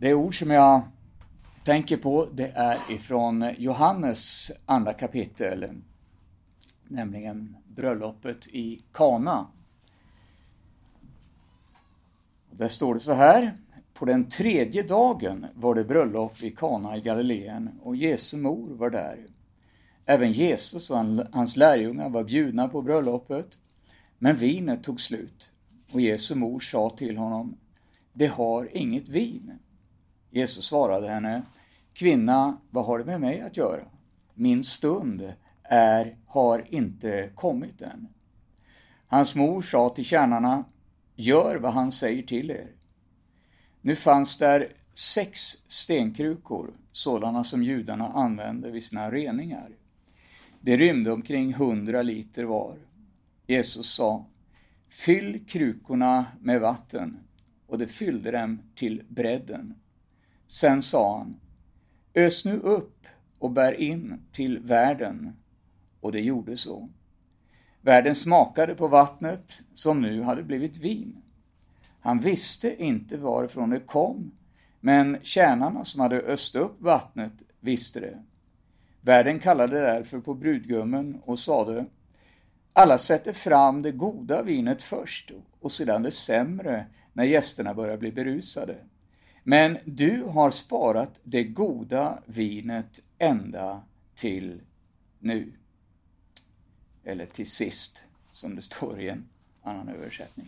Det ord som jag tänker på, det är ifrån Johannes andra kapitel, nämligen bröllopet i Kana. Där står det så här: på den 3:e dagen var det bröllop i Kana i Galileen och Jesu mor var där. Även Jesus och hans lärjungar var bjudna på bröllopet, men vinet tog slut. Och Jesu mor sa till honom: det har inget vin. Jesus svarade henne: kvinna, vad har det med mig att göra? Min stund har inte kommit än. Hans mor sa till tjänarna: gör vad han säger till er. Nu fanns där 6 stenkrukor, sådana som judarna använde vid sina reningar. Det rymde omkring 100 liter var. Jesus sa: fyll krukorna med vatten, och det fyllde dem till bredden. Sen sa han: ös nu upp och bär in till värden. Och det gjorde så. Värden smakade på vattnet som nu hade blivit vin. Han visste inte varifrån det kom, men tjänarna som hade öst upp vattnet visste det. Värden kallade därför på brudgummen och sade: alla sätter fram det goda vinet först och sedan det sämre när gästerna börjar bli berusade. Men du har sparat det goda vinet ända till nu. Eller till sist, som det står i en annan översättning.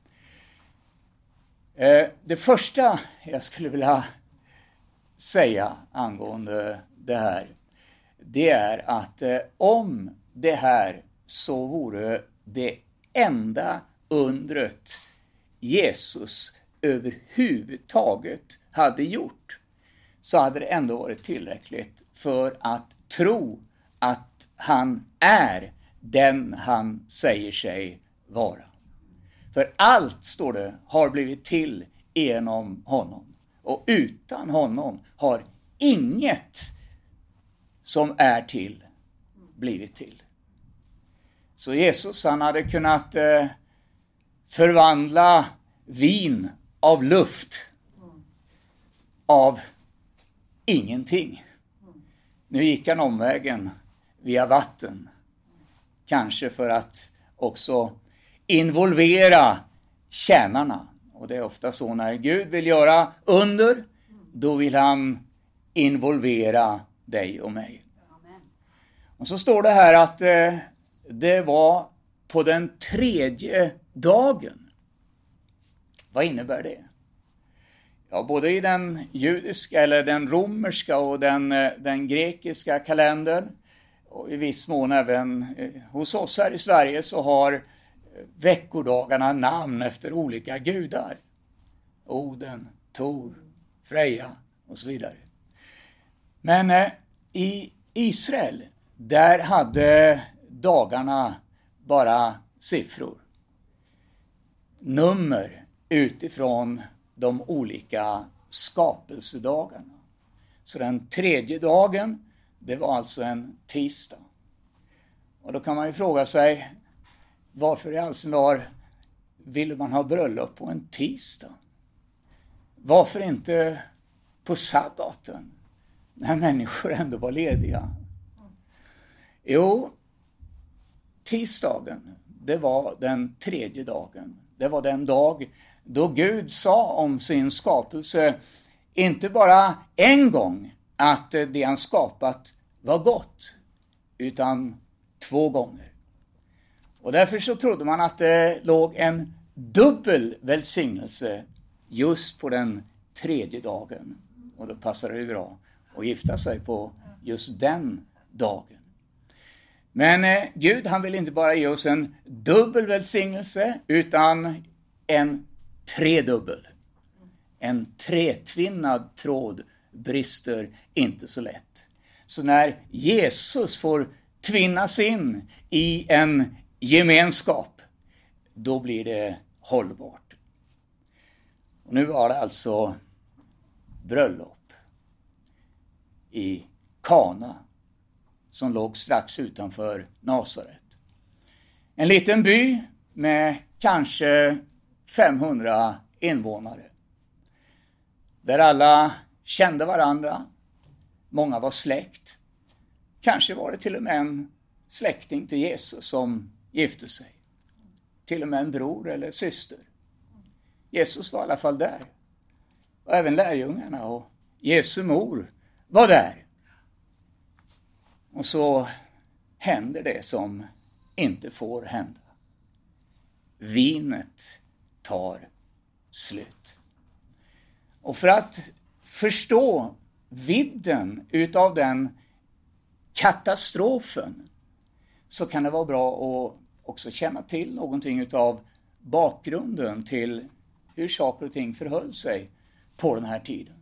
Det första jag skulle vilja säga angående det här, det är att om det här så vore det enda undret Jesus överhuvudtaget hade gjort, så hade det ändå varit tillräckligt för att tro att han är den han säger sig vara. För allt, står det, har blivit till genom honom. Och utan honom har inget som är till blivit till. Så Jesus, han hade kunnat förvandla vin av luft av ingenting. Nu gick han omvägen via vatten. Kanske för att också involvera tjänarna. Och det är ofta så när Gud vill göra under, då vill han involvera dig och mig. Och så står det här att det var på den 3:e dagen. Vad innebär det? Ja, både i den judiska eller den romerska och den grekiska kalendern, och i viss mån även hos oss här i Sverige, så har veckodagarna namn efter olika gudar. Oden, Tor, Freja och så vidare. Men i Israel, där hade dagarna bara siffror. Nummer utifrån de olika skapelsedagarna. Så den 3:e dagen, det var alltså en tisdag. Och då kan man ju fråga sig, varför i all sin dar vill man ha bröllop på en tisdag? Varför inte på sabbaten, när människor ändå var lediga? Jo, tisdagen, det var den 3:e dagen. Det var den dag då Gud sa om sin skapelse, inte bara en gång att det han skapat var gott, utan 2 gånger. Och därför så trodde man att det låg en dubbel välsignelse just på den 3:e dagen. Och då passade det bra att gifta sig på just den dagen. Men Gud, han vill inte bara ge oss en dubbel välsignelse, utan en tredubbel. En tretvinnad tråd brister inte så lätt. Så när Jesus får tvinnas in i en gemenskap, då blir det hållbart. Och nu var det alltså bröllop i Kana, som låg strax utanför Nasaret. En liten by med kanske 500 invånare. där alla kände varandra. Många var släkt. Kanske var det till och med en släkting till Jesus som gifte sig. Till och med en bror eller syster. Jesus var i alla fall där. Och även lärjungarna och Jesu mor var där. Och så händer det som inte får hända. Vinet tar slut. Och för att förstå vidden utav den katastrofen så kan det vara bra att också känna till någonting utav bakgrunden till hur saker och ting förhöll sig på den här tiden.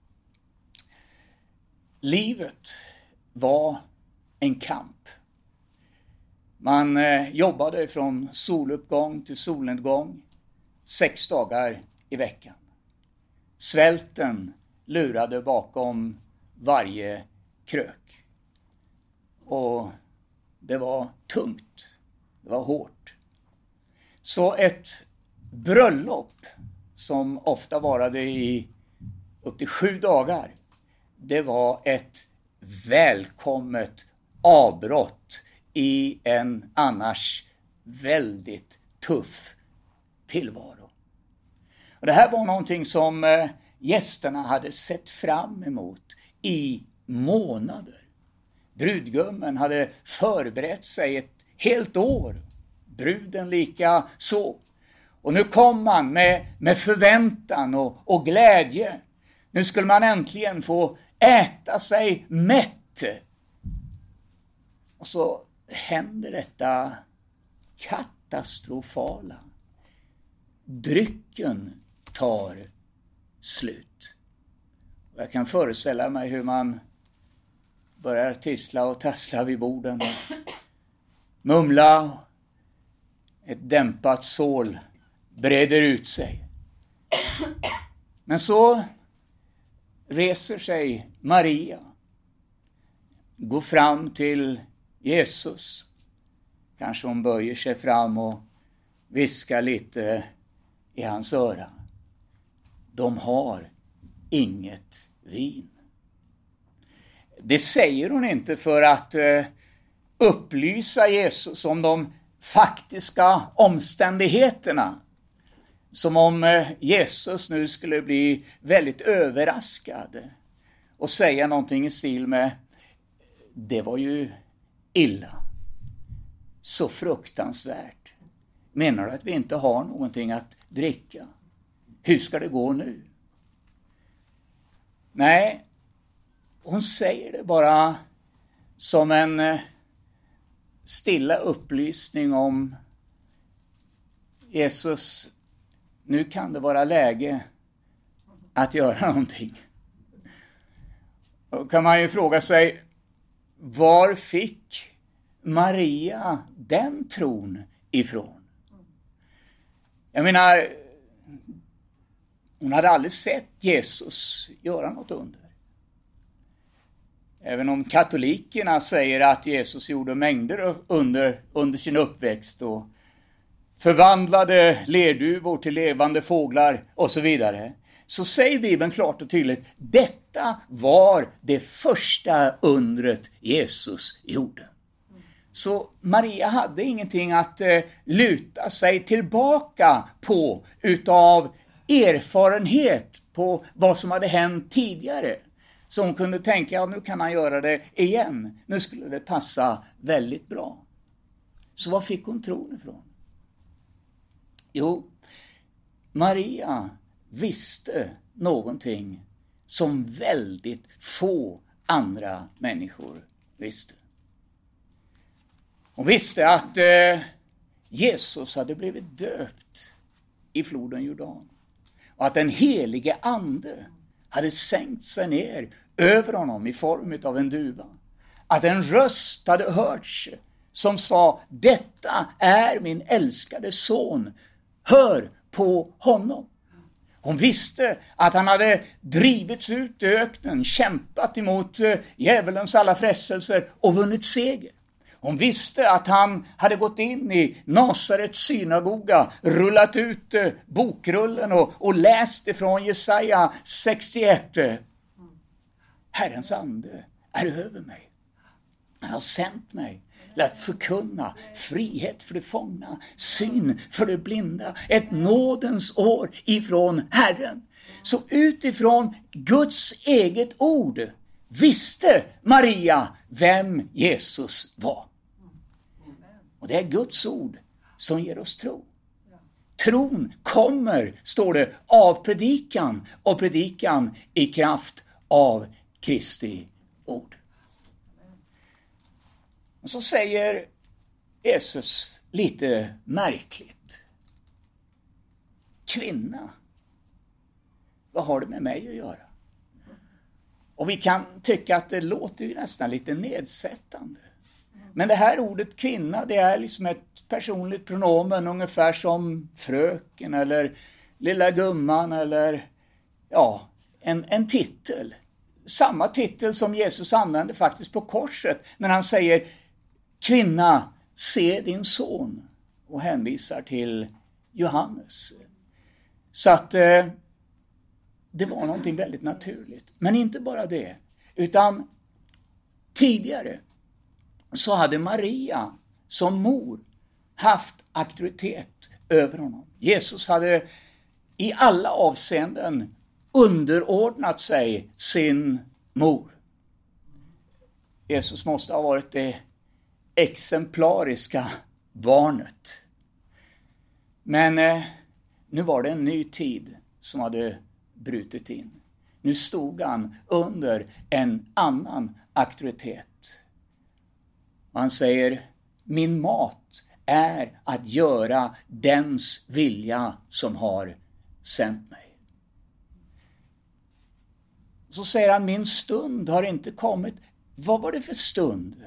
Livet var en kamp. Man jobbade från soluppgång till solnedgång 6 dagar i veckan. Svälten lurade bakom varje krök. Och det var tungt. Det var hårt. Så ett bröllop som ofta varade i upp till 7 dagar, det var ett välkommet avbrott i en annars väldigt tuff tillvaro. Och det här var någonting som gästerna hade sett fram emot i månader. Brudgummen hade förberett sig ett helt år. Bruden lika så. Och nu kom man med förväntan och glädje. Nu skulle man äntligen få äta sig mätt. Och så händer detta katastrofala. Drycken tar slut. Och jag kan föreställa mig hur man börjar tissla och tassla vid borden. Mumla. Ett dämpat sål breder ut sig. Men så reser sig Maria. Går fram till Jesus. Kanske hon böjer sig fram och viskar lite i hans öra. De har inget vin. Det säger hon inte för att upplysa Jesus om de faktiska omständigheterna. Som om Jesus nu skulle bli väldigt överraskad och säga någonting i stil med: det var ju illa. Så fruktansvärt. Menar du att vi inte har någonting att dricka? Hur ska det gå nu? Nej, hon säger det bara som en stilla upplysning om: Jesus, nu kan det vara läge att göra någonting. Då kan man ju fråga sig, var fick Maria den tron ifrån? Jag menar, hon hade aldrig sett Jesus göra något under. Även om katolikerna säger att Jesus gjorde mängder under sin uppväxt och förvandlade lerduvor till levande fåglar och så vidare, så säger Bibeln klart och tydligt: detta var det första undret Jesus gjorde. Så Maria hade ingenting att luta sig tillbaka på utav erfarenhet på vad som hade hänt tidigare. Så hon kunde tänka, ja, nu kan han göra det igen. Nu skulle det passa väldigt bra. Så vad fick hon tron ifrån? Jo, Maria visste någonting som väldigt få andra människor visste. Hon visste att Jesus hade blivit döpt i floden Jordan. Och att den helige ande hade sänkt sig ner över honom i form av en duva. Att en röst hade hörts som sa: detta är min älskade son, hör på honom. Hon visste att han hade drivits ut i öknen, kämpat emot djävulens alla frestelser och vunnit seger. Hon visste att han hade gått in i Nasarets synagoga, rullat ut bokrullen och läst ifrån Jesaja 61. Herrens ande är över mig. Han har sänt mig att förkunna frihet för de fångna, syn för de blinda, ett nådens år ifrån Herren. Så utifrån Guds eget ord visste Maria vem Jesus var. Och det är Guds ord som ger oss tro. Tron kommer, står det, av predikan, och predikan i kraft av Kristi ord. Och så säger Jesus lite märkligt: kvinna, vad har det med mig att göra? Och vi kan tycka att det låter ju nästan lite nedsättande. Men det här ordet kvinna, det är liksom ett personligt pronomen, ungefär som fröken eller lilla gumman eller ja, en titel. Samma titel som Jesus använde faktiskt på korset när han säger: kvinna, se din son, och hänvisar till Johannes. Så att det var någonting väldigt naturligt. Men inte bara det, utan tidigare så hade Maria som mor haft auktoritet över honom. Jesus hade i alla avseenden underordnat sig sin mor. Jesus måste ha varit det exemplariska barnet. Men nu var det en ny tid som hade brutit in. Nu stod han under en annan auktoritet. Han säger: min mat är att göra dens vilja som har sänt mig. Så säger han: min stund har inte kommit. Vad var det för stund?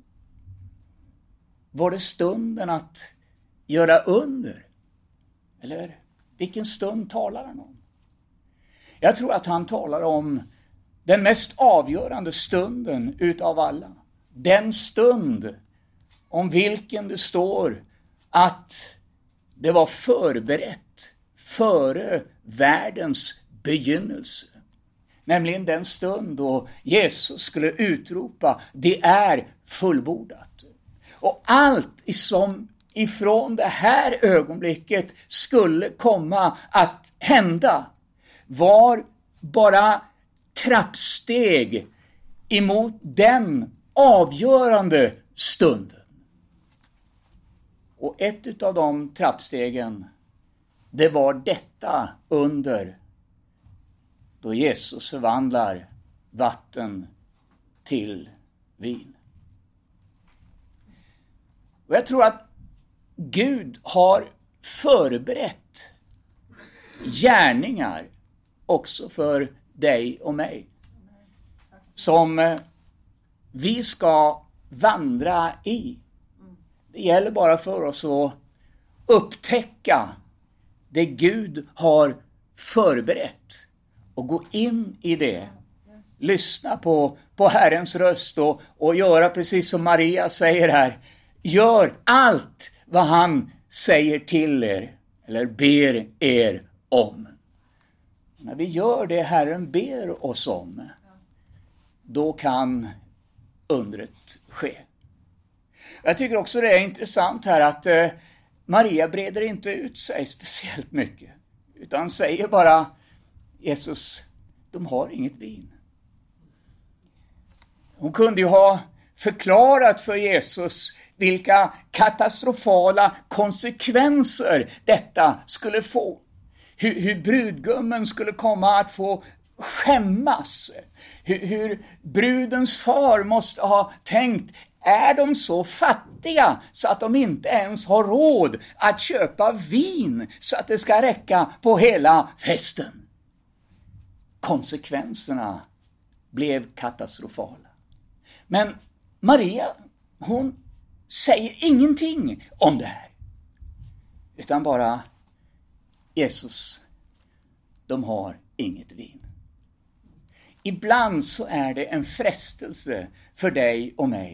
Var det stunden att göra under? Eller vilken stund talar han om? Jag tror att han talar om den mest avgörande stunden utav alla. Den stund om vilken det står att det var förberett före världens begynnelse. Nämligen den stund då Jesus skulle utropa: det är fullbordat. Och allt som ifrån det här ögonblicket skulle komma att hända var bara trappsteg emot den avgörande stunden. Och ett av de trappstegen, det var detta under då Jesus förvandlar vatten till vin. Och jag tror att Gud har förberett gärningar också för dig och mig, som vi ska vandra i. Det gäller bara för oss att upptäcka det Gud har förberett och gå in i det. Lyssna på Herrens röst och göra precis som Maria säger här. Gör allt vad han säger till er eller ber er om. När vi gör det Herren ber oss om, då kan undret ske. Jag tycker också det är intressant här att Maria breder inte ut sig speciellt mycket, utan säger bara: Jesus, de har inget vin. Hon kunde ju ha förklarat för Jesus vilka katastrofala konsekvenser detta skulle få. Hur brudgummen skulle komma att få skämmas. Hur brudens far måste ha tänkt: är de så fattiga så att de inte ens har råd att köpa vin så att det ska räcka på hela festen? Konsekvenserna blev katastrofala. Men Maria, hon säger ingenting om det här. Utan bara: Jesus, de har inget vin. Ibland så är det en frestelse för dig och mig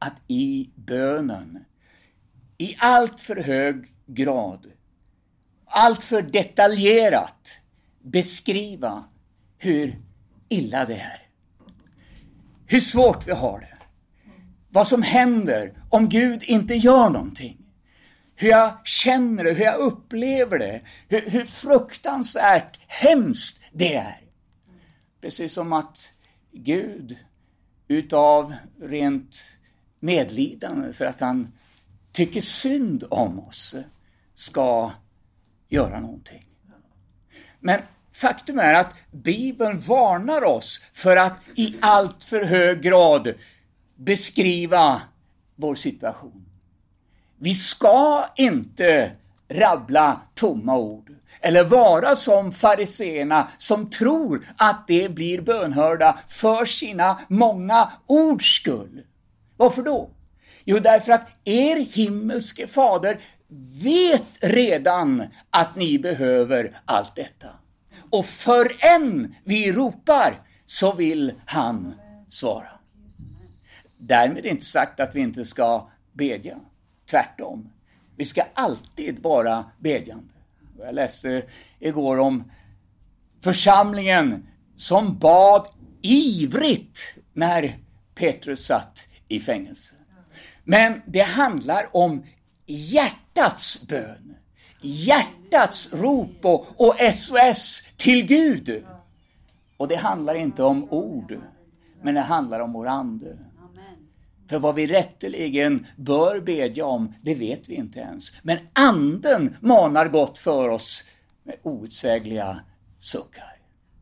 att i bönen, i allt för hög grad, allt för detaljerat beskriva hur illa det är. Hur svårt vi har det. Vad som händer om Gud inte gör någonting. Hur jag känner det, hur jag upplever det. Hur fruktansvärt hemskt det är. Precis som att Gud utav rent medlidande för att han tycker synd om oss ska göra någonting. Men faktum är att Bibeln varnar oss för att i allt för hög grad beskriva vår situation. Vi ska inte rabbla tomma ord eller vara som fariseerna som tror att det blir bönhörda för sina många ords skull. Varför då? Jo, därför att er himmelske fader vet redan att ni behöver allt detta. Och förrän vi ropar så vill han svara. Därmed inte sagt att vi inte ska bedja. Tvärtom. Vi ska alltid vara bedjande. Jag läste igår om församlingen som bad ivrigt när Petrus satt i fängelse. Men det handlar om hjärtats bön. Hjärtats rop och SOS till Gud. Och det handlar inte om ord, men det handlar om vår ande. För vad vi rätteligen bör bedja om, det vet vi inte ens. Men anden manar gott för oss med outsägliga suckar.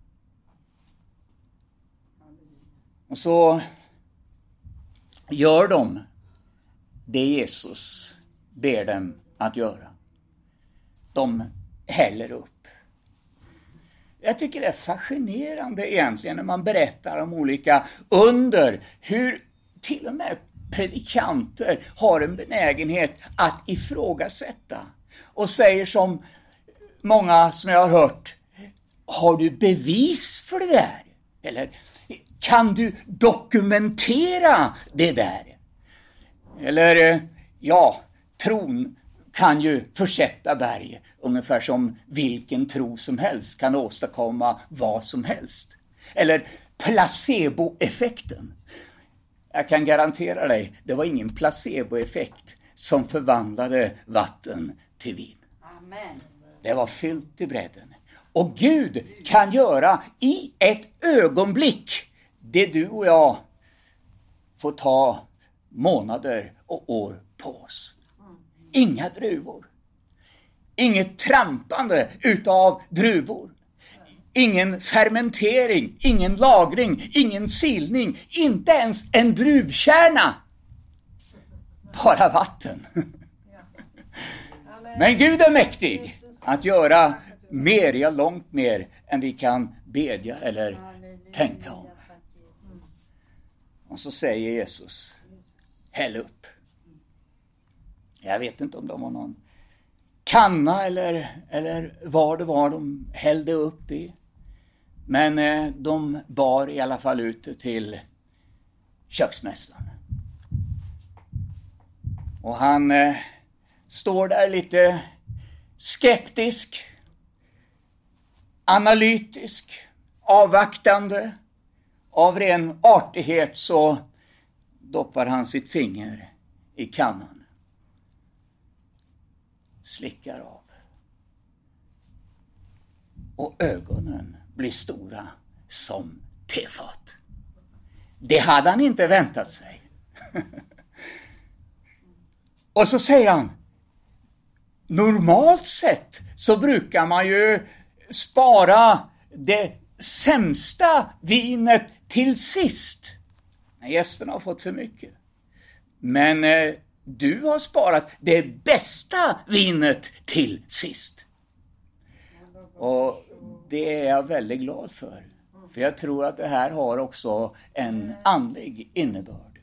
Och så gör de det Jesus ber dem att göra. De häller upp. Jag tycker det är fascinerande egentligen när man berättar om olika under. Hur till och med predikanter har en benägenhet att ifrågasätta. Och säger som många som jag har hört. Har du bevis för det där? Eller kan du dokumentera det där? Eller ja, tron kan ju försätta berg. Ungefär som vilken tro som helst kan åstadkomma vad som helst. Eller placeboeffekten. Jag kan garantera dig, det var ingen placeboeffekt som förvandlade vatten till vin. Amen. Det var fyllt till bredden. Och Gud kan göra i ett ögonblick det du och jag får ta månader och år på oss. Inga druvor. Inget trampande utav druvor. Ingen fermentering, ingen lagring, ingen silning, inte ens en druvkärna. Bara vatten. Men Gud är mäktig att göra mer, ja långt mer än vi kan bedja eller tänka om. Och så säger Jesus, häll upp. Jag vet inte om de var någon kanna eller vad det var de hällde upp i. Men de bar i alla fall ut till köksmästaren. Och han står där lite skeptisk, analytisk, avvaktande. Av ren artighet så doppar han sitt finger i kannan. Slickar av. Och ögonen blir stora som tefat. Det hade han inte väntat sig. Och så säger han, normalt sett så brukar man ju spara det sämsta vinet till sist. När gästerna har fått för mycket. Men du har sparat det bästa vinet till sist. Och det är jag väldigt glad för. För jag tror att det här har också en andlig innebörd.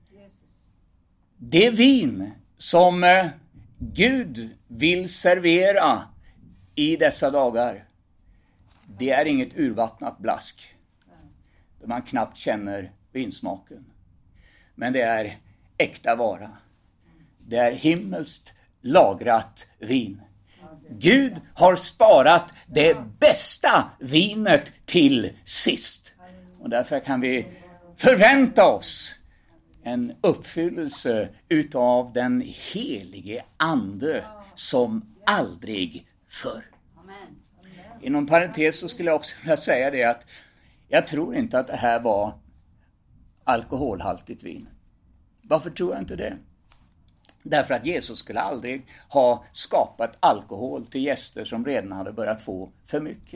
Det vin som Gud vill servera i dessa dagar, det är inget urvattnat blask. Där man knappt känner vinsmaken. Men det är äkta vara. Det är himmelskt lagrat vin. Gud har sparat det bästa vinet till sist. Och därför kan vi förvänta oss en uppfyllelse utav den helige ande som aldrig förr. Inom parentes så skulle jag också vilja säga det att jag tror inte att det här var alkoholhaltigt vin. Varför tror jag inte det? Därför att Jesus skulle aldrig ha skapat alkohol till gäster som redan hade börjat få för mycket.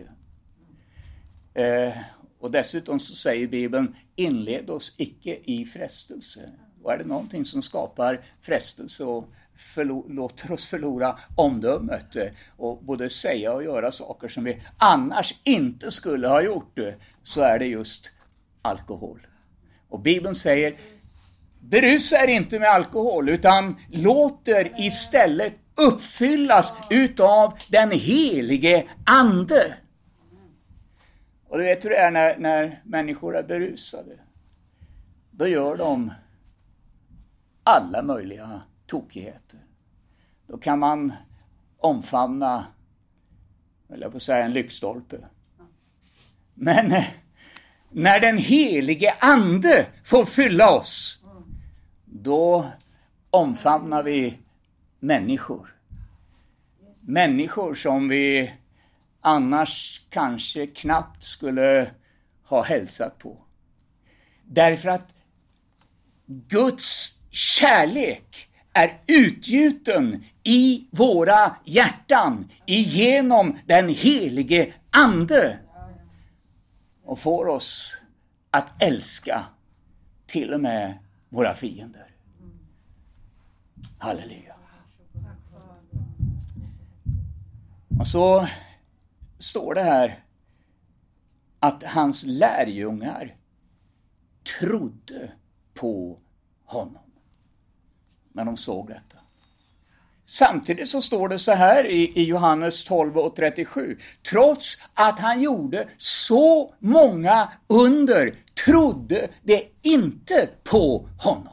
Och dessutom så säger Bibeln, inled oss icke i frestelse. Och är det någonting som skapar frestelse och låter oss förlora omdömet och både säga och göra saker som vi annars inte skulle ha gjort, så är det just alkohol. Och Bibeln säger, berusa er inte med alkohol utan låt er istället uppfyllas utav den helige ande. Och du vet hur det är när människor är berusade. Då gör de alla möjliga tokigheter. Då kan man omfamna, eller jag får säga, en lyktstolpe. Men när den helige ande får fylla oss, då omfamnar vi människor. Människor som vi annars kanske knappt skulle ha hälsat på. Därför att Guds kärlek är utgjuten i våra hjärtan igenom den helige ande. Och får oss att älska till och med våra fiender. Halleluja. Och så står det här att hans lärjungar trodde på honom när de såg detta. Samtidigt så står det så här i Johannes 12 och 37. Trots att han gjorde så många under trodde det inte på honom.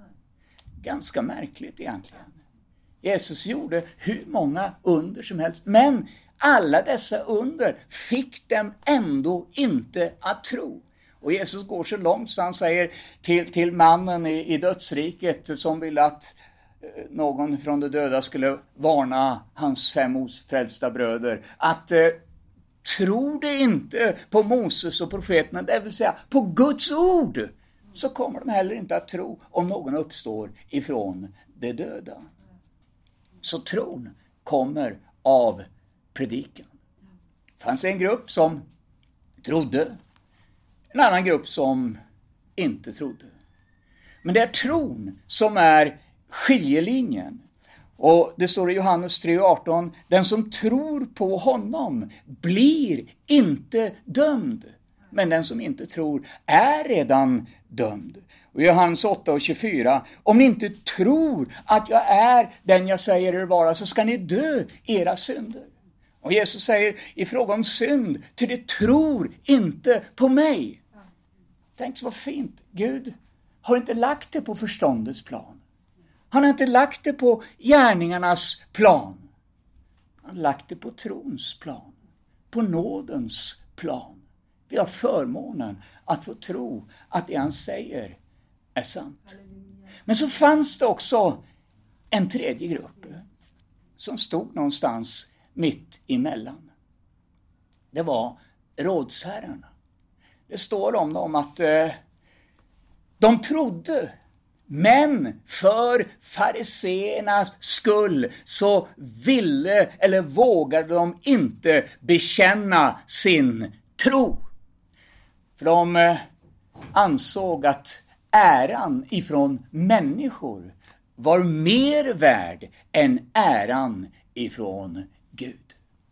Ganska märkligt egentligen. Jesus gjorde hur många under som helst, men alla dessa under fick dem ändå inte att tro. Och Jesus går så långt så han säger till mannen i dödsriket som ville att någon från de döda skulle varna hans 5 ofrälsta bröder att tro det inte på Moses och profeterna, det vill säga på Guds ord, så kommer de heller inte att tro om någon uppstår ifrån de döda. Så tron kommer av predikan. Det fanns en grupp som trodde, en annan grupp som inte trodde. Men det är tron som är skiljelinjen. Och det står i Johannes 3:18, den som tror på honom blir inte dömd. Men den som inte tror är redan dömd. Och Johannes 8:24, om ni inte tror att jag är den jag säger er vara, så ska ni dö era synder. Och Jesus säger i fråga om synd, till det tror inte på mig. Tänk vad fint. Gud har inte lagt det på förståndets plan. Han har inte lagt det på gärningarnas plan. Han har lagt det på trons plan. På nådens plan. Vi har förmånen att få tro att det han säger är sant. Men så fanns det också en tredje grupp som stod någonstans mitt emellan. Det var rådsherrarna. Det står om dem att de trodde, men för fariseernas skull så ville eller vågade de inte bekänna sin tro. För de ansåg att äran ifrån människor var mer värd än äran ifrån Gud.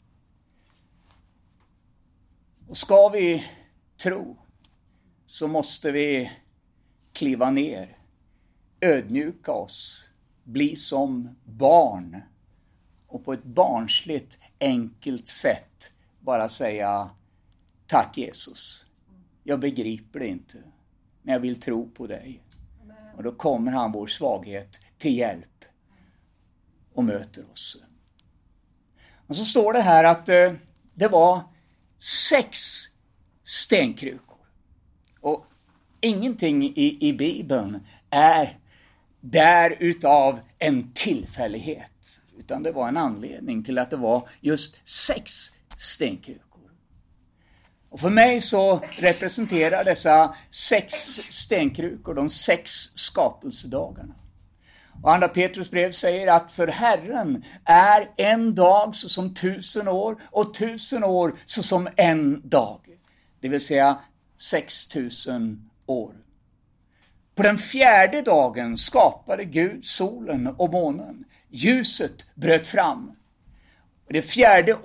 Och ska vi tro så måste vi kliva ner, ödmjuka oss, bli som barn och på ett barnsligt enkelt sätt bara säga tack Jesus. Jag begriper det inte, men jag vill tro på dig. Och då kommer han vår svaghet till hjälp och möter oss. Och så står det här att det var 6 stenkrukor. Och ingenting i Bibeln är där utav en tillfällighet. Utan det var en anledning till att det var just 6 stenkrukor. Och för mig så representerar dessa 6 stenkrukor de 6 skapelsedagarna. Och andra Petrus brev säger att för Herren är en dag så som 1000 år och 1000 år så som en dag. Det vill säga 6000 år. På den 4:e dagen skapade Gud solen och månen. Ljuset bröt fram. Och det 4:e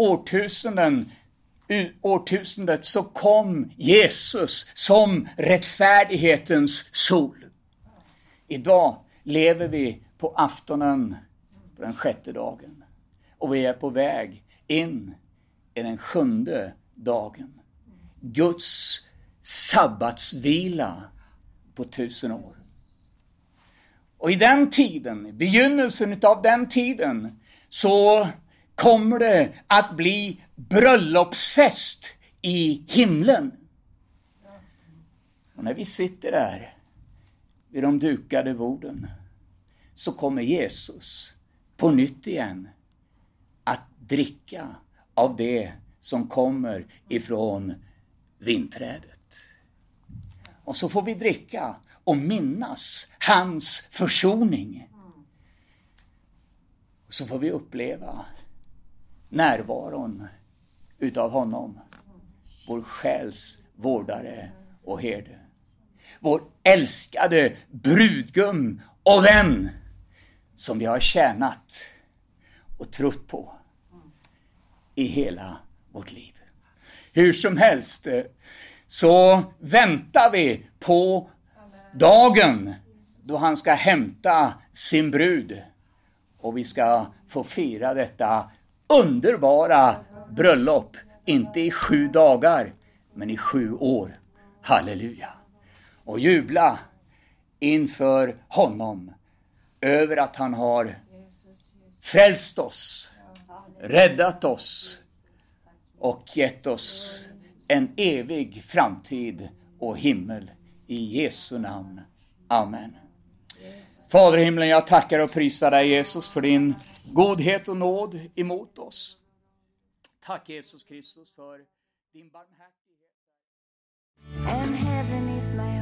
årtusendet så kom Jesus som rättfärdighetens sol. Idag lever vi på aftonen på den 6:e dagen. Och vi är på väg in i den 7:e dagen. Guds sabbatsvila på 1000 år. Och i den tiden, i begynnelsen av den tiden, så kommer det att bli bröllopsfest i himlen. Och när vi sitter där vid de dukade borden så kommer Jesus på nytt igen att dricka av det som kommer ifrån vinträdet. Och så får vi dricka och minnas hans försoning. Och så får vi uppleva närvaron utav honom. Vår själs vårdare och herde. Vår älskade brudgum och vän som vi har tjänat och trott på i hela vårt liv. Hur som helst så väntar vi på dagen då han ska hämta sin brud. Och vi ska få fira detta underbara bröllop. Inte i 7 dagar, men i 7 år. Halleluja. Och jubla inför honom över att han har frälst oss, räddat oss och gett oss en evig framtid och himmel. I Jesu namn. Amen. Fader i himlen, jag tackar och prisar dig Jesus för din godhet och nåd emot oss. Tack Jesus Kristus för din barmhärtighet. And heaven is my